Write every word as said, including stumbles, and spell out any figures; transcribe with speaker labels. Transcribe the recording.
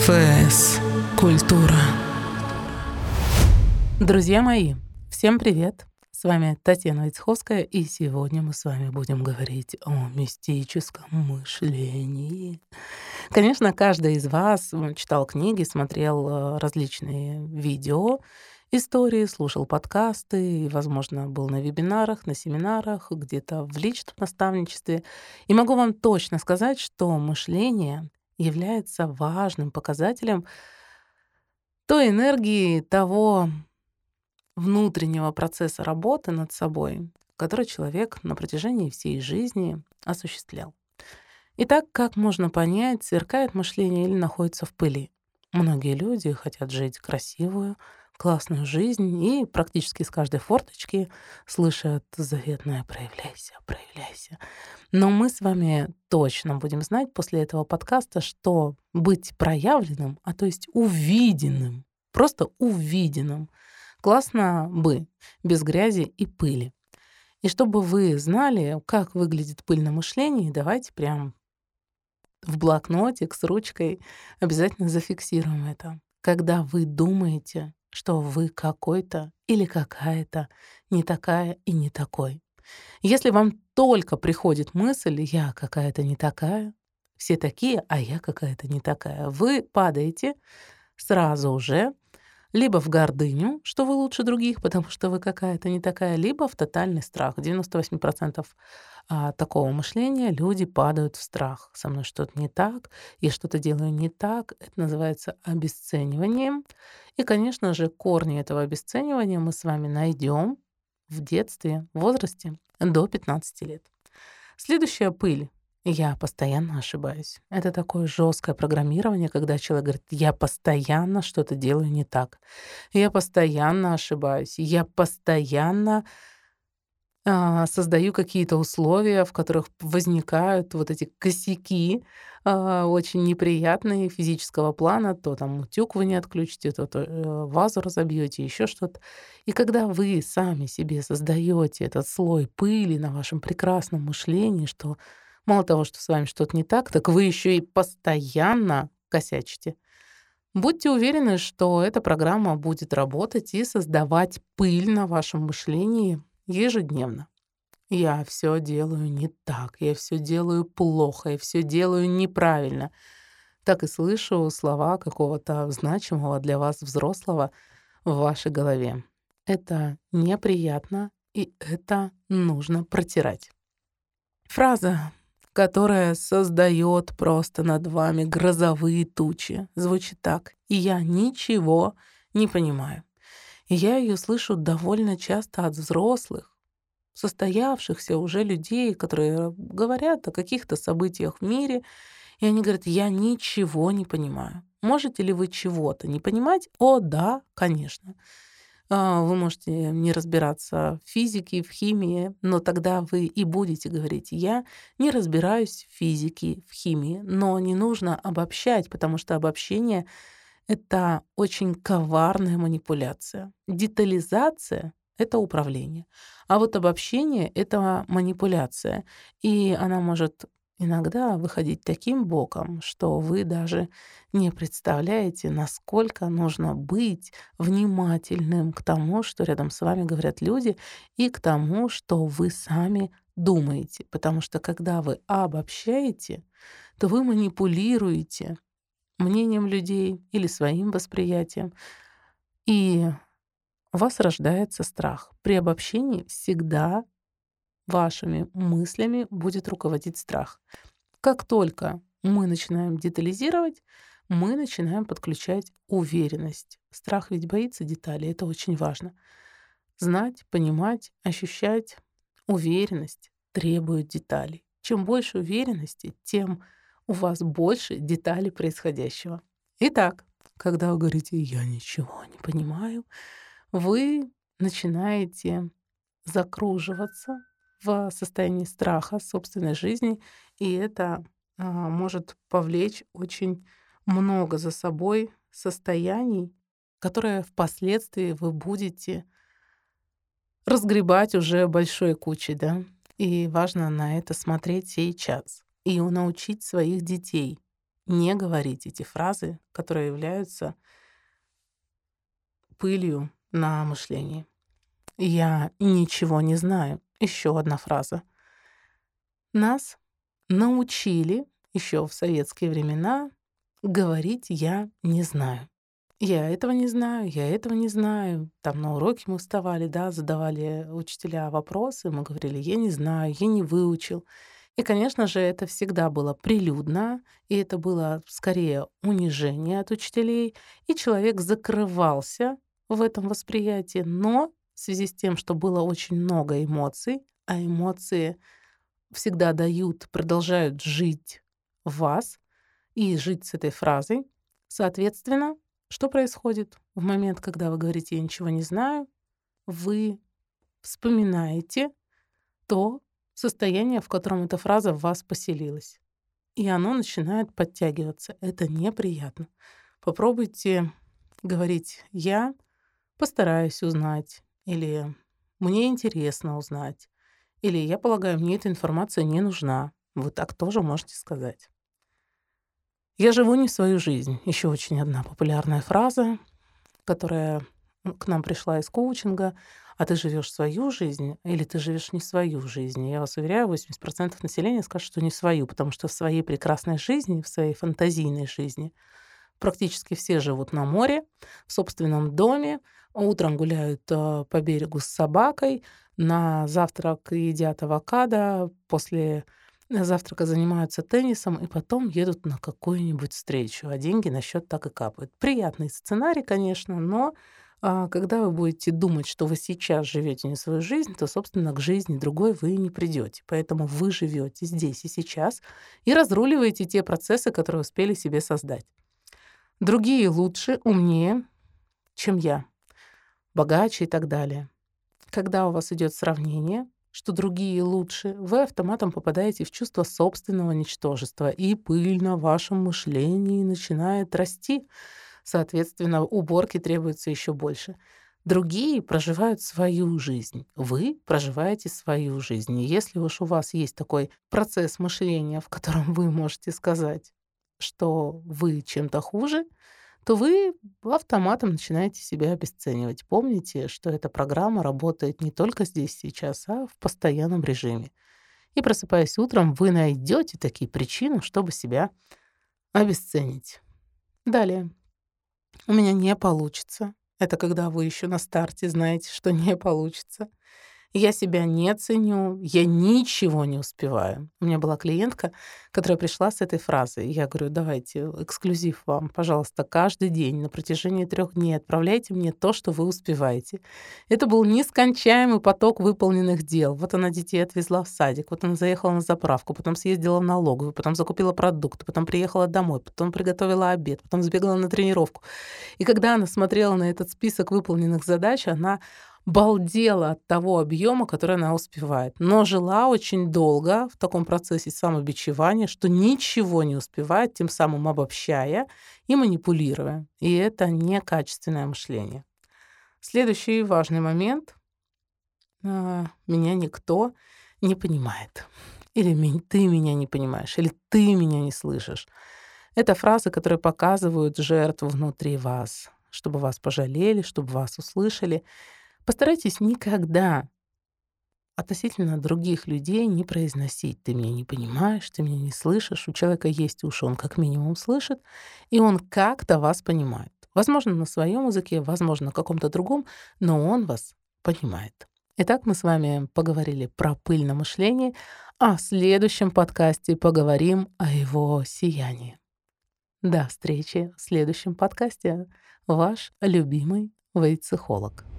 Speaker 1: ФС. Культура.
Speaker 2: Друзья мои, всем привет! С вами Татьяна Войцеховская, и сегодня мы с вами будем говорить о мистическом мышлении. Конечно, каждый из вас читал книги, смотрел э, различные видео, истории, слушал подкасты, и, возможно, был на вебинарах, на семинарах, где-то в личном наставничестве. И могу вам точно сказать, что мышление является важным показателем той энергии, того внутреннего процесса работы над собой, который человек на протяжении всей жизни осуществлял. Итак, как можно понять, сверкает мышление или находится в пыли? Многие люди хотят жить красивую, классную жизнь и практически с каждой форточки слышат заветное «проявляйся, проявляйся». Но мы с вами точно будем знать после этого подкаста, что быть проявленным, а то есть увиденным, просто увиденным, классно бы, без грязи и пыли. И чтобы вы знали, как выглядит пыль на мышлении, давайте прям в блокнотик с ручкой обязательно зафиксируем это. Когда вы думаете, что вы какой-то или какая-то не такая и не такой. Если вам только приходит мысль «я какая-то не такая», все такие, а я какая-то не такая, вы падаете сразу уже либо в гордыню, что вы лучше других, потому что вы какая-то не такая, либо в тотальный страх. девяносто восемь процентов а, такого мышления люди падают в страх. Со мной что-то не так, я что-то делаю не так. Это называется обесцениванием. И, конечно же, корни этого обесценивания мы с вами найдем в детстве, в возрасте до пятнадцати лет. Следующая пыль. Я постоянно ошибаюсь. Это такое жесткое программирование, когда человек говорит, я постоянно что-то делаю не так. Я постоянно ошибаюсь. Я постоянно а, создаю какие-то условия, в которых возникают вот эти косяки а, очень неприятные физического плана. То там утюг вы не отключите, то, то э, вазу разобьете, еще что-то. И когда вы сами себе создаете этот слой пыли на вашем прекрасном мышлении, что мало того, что с вами что-то не так, так вы еще и постоянно косячите. Будьте уверены, что эта программа будет работать и создавать пыль на вашем мышлении ежедневно. Я все делаю не так, я все делаю плохо, я все делаю неправильно. Так и слышу слова какого-то значимого для вас взрослого в вашей голове. Это неприятно, и это нужно протирать. Фраза, которая создает просто над вами грозовые тучи, звучит так: «И я ничего не понимаю». И я ее слышу довольно часто от взрослых, состоявшихся уже людей, которые говорят о каких-то событиях в мире, и они говорят, я ничего не понимаю. Можете ли вы чего-то не понимать? О, да, конечно. А, Вы можете не разбираться в физике, в химии, но тогда вы и будете говорить, я не разбираюсь в физике, в химии, но не нужно обобщать, потому что обобщение — это очень коварная манипуляция. Детализация — это управление. А вот обобщение — это манипуляция. И она может иногда выходить таким боком, что вы даже не представляете, насколько нужно быть внимательным к тому, что рядом с вами говорят люди, и к тому, что вы сами думаете. Потому что когда вы обобщаете, то вы манипулируете мнением людей или своим восприятием. И у вас рождается страх. При обобщении всегда вашими мыслями будет руководить страх. Как только мы начинаем детализировать, мы начинаем подключать уверенность. Страх ведь боится деталей, это очень важно. Знать, понимать, ощущать уверенность требует деталей. Чем больше уверенности, тем у вас больше деталей происходящего. Итак, когда вы говорите «я ничего не понимаю», вы начинаете закруживаться в состоянии страха собственной жизни, и это а, может повлечь очень много за собой состояний, которые впоследствии вы будете разгребать уже большой кучей, да. И важно на это смотреть сейчас и научить своих детей не говорить эти фразы, которые являются пылью на мышлении. «Я ничего не знаю». Еще одна фраза. Нас научили еще в советские времена говорить «я не знаю». Я этого не знаю, я этого не знаю. Там на уроке мы вставали, да, задавали учителя вопросы, мы говорили «я не знаю, я не выучил». И, конечно же, это всегда было прилюдно, и это было скорее унижение от учителей, и человек закрывался в этом восприятии. Но в связи с тем, что было очень много эмоций, а эмоции всегда дают, продолжают жить в вас и жить с этой фразой, соответственно, что происходит в момент, когда вы говорите «я ничего не знаю», вы вспоминаете то состояние, в котором эта фраза в вас поселилась. И оно начинает подтягиваться. Это неприятно. Попробуйте говорить «я постараюсь узнать», или «мне интересно узнать», или «я полагаю, мне эта информация не нужна». Вы так тоже можете сказать. «Я живу не свою жизнь». Еще очень одна популярная фраза, которая к нам пришла из коучинга. А ты живешь свою жизнь или ты живешь не свою жизнь? Я вас уверяю, восемьдесят процентов населения скажут, что не свою, потому что в своей прекрасной жизни, в своей фантазийной жизни практически все живут на море, в собственном доме, утром гуляют э, по берегу с собакой, на завтрак едят авокадо, после завтрака занимаются теннисом и потом едут на какую-нибудь встречу, а деньги на счет так и капают. Приятный сценарий, конечно, но а, когда вы будете думать, что вы сейчас живете не свою жизнь, то, собственно, к жизни другой вы не придете. Поэтому вы живете здесь и сейчас и разруливаете те процессы, которые успели себе создать. Другие лучше, умнее, чем я, богаче и так далее. Когда у вас идет сравнение, что другие лучше, вы автоматом попадаете в чувство собственного ничтожества, и пыль на вашем мышлении начинает расти. Соответственно, уборки требуется еще больше. Другие проживают свою жизнь, вы проживаете свою жизнь. И если уж у вас есть такой процесс мышления, в котором вы можете сказать, что вы чем-то хуже, то вы автоматом начинаете себя обесценивать. Помните, что эта программа работает не только здесь сейчас, а в постоянном режиме. И просыпаясь утром, вы найдете такие причины, чтобы себя обесценить. Далее. У меня не получится. Это когда вы еще на старте знаете, что не получится. Я себя не ценю, я ничего не успеваю. У меня была клиентка, которая пришла с этой фразой. Я говорю, давайте, эксклюзив вам, пожалуйста, каждый день на протяжении трех дней отправляйте мне то, что вы успеваете. Это был нескончаемый поток выполненных дел. Вот она детей отвезла в садик, вот она заехала на заправку, потом съездила в налоговую, потом закупила продукты, потом приехала домой, потом приготовила обед, потом сбегала на тренировку. И когда она смотрела на этот список выполненных задач, она балдела от того объема, который она успевает, но жила очень долго в таком процессе самобичевания, что ничего не успевает, тем самым обобщая и манипулируя. И это некачественное мышление. Следующий важный момент. А, Меня никто не понимает. Или «Ми- ты меня не понимаешь, или ты меня не слышишь. Это фразы, которые показывают жертву внутри вас, чтобы вас пожалели, чтобы вас услышали. Постарайтесь никогда относительно других людей не произносить «ты меня не понимаешь, ты меня не слышишь». У человека есть уши, он как минимум слышит, и он как-то вас понимает. Возможно, на своем языке, возможно, на каком-то другом, но он вас понимает. Итак, мы с вами поговорили про пыль на мышлении, а в следующем подкасте поговорим о его сиянии. До встречи в следующем подкасте. Ваш любимый вейцехолог.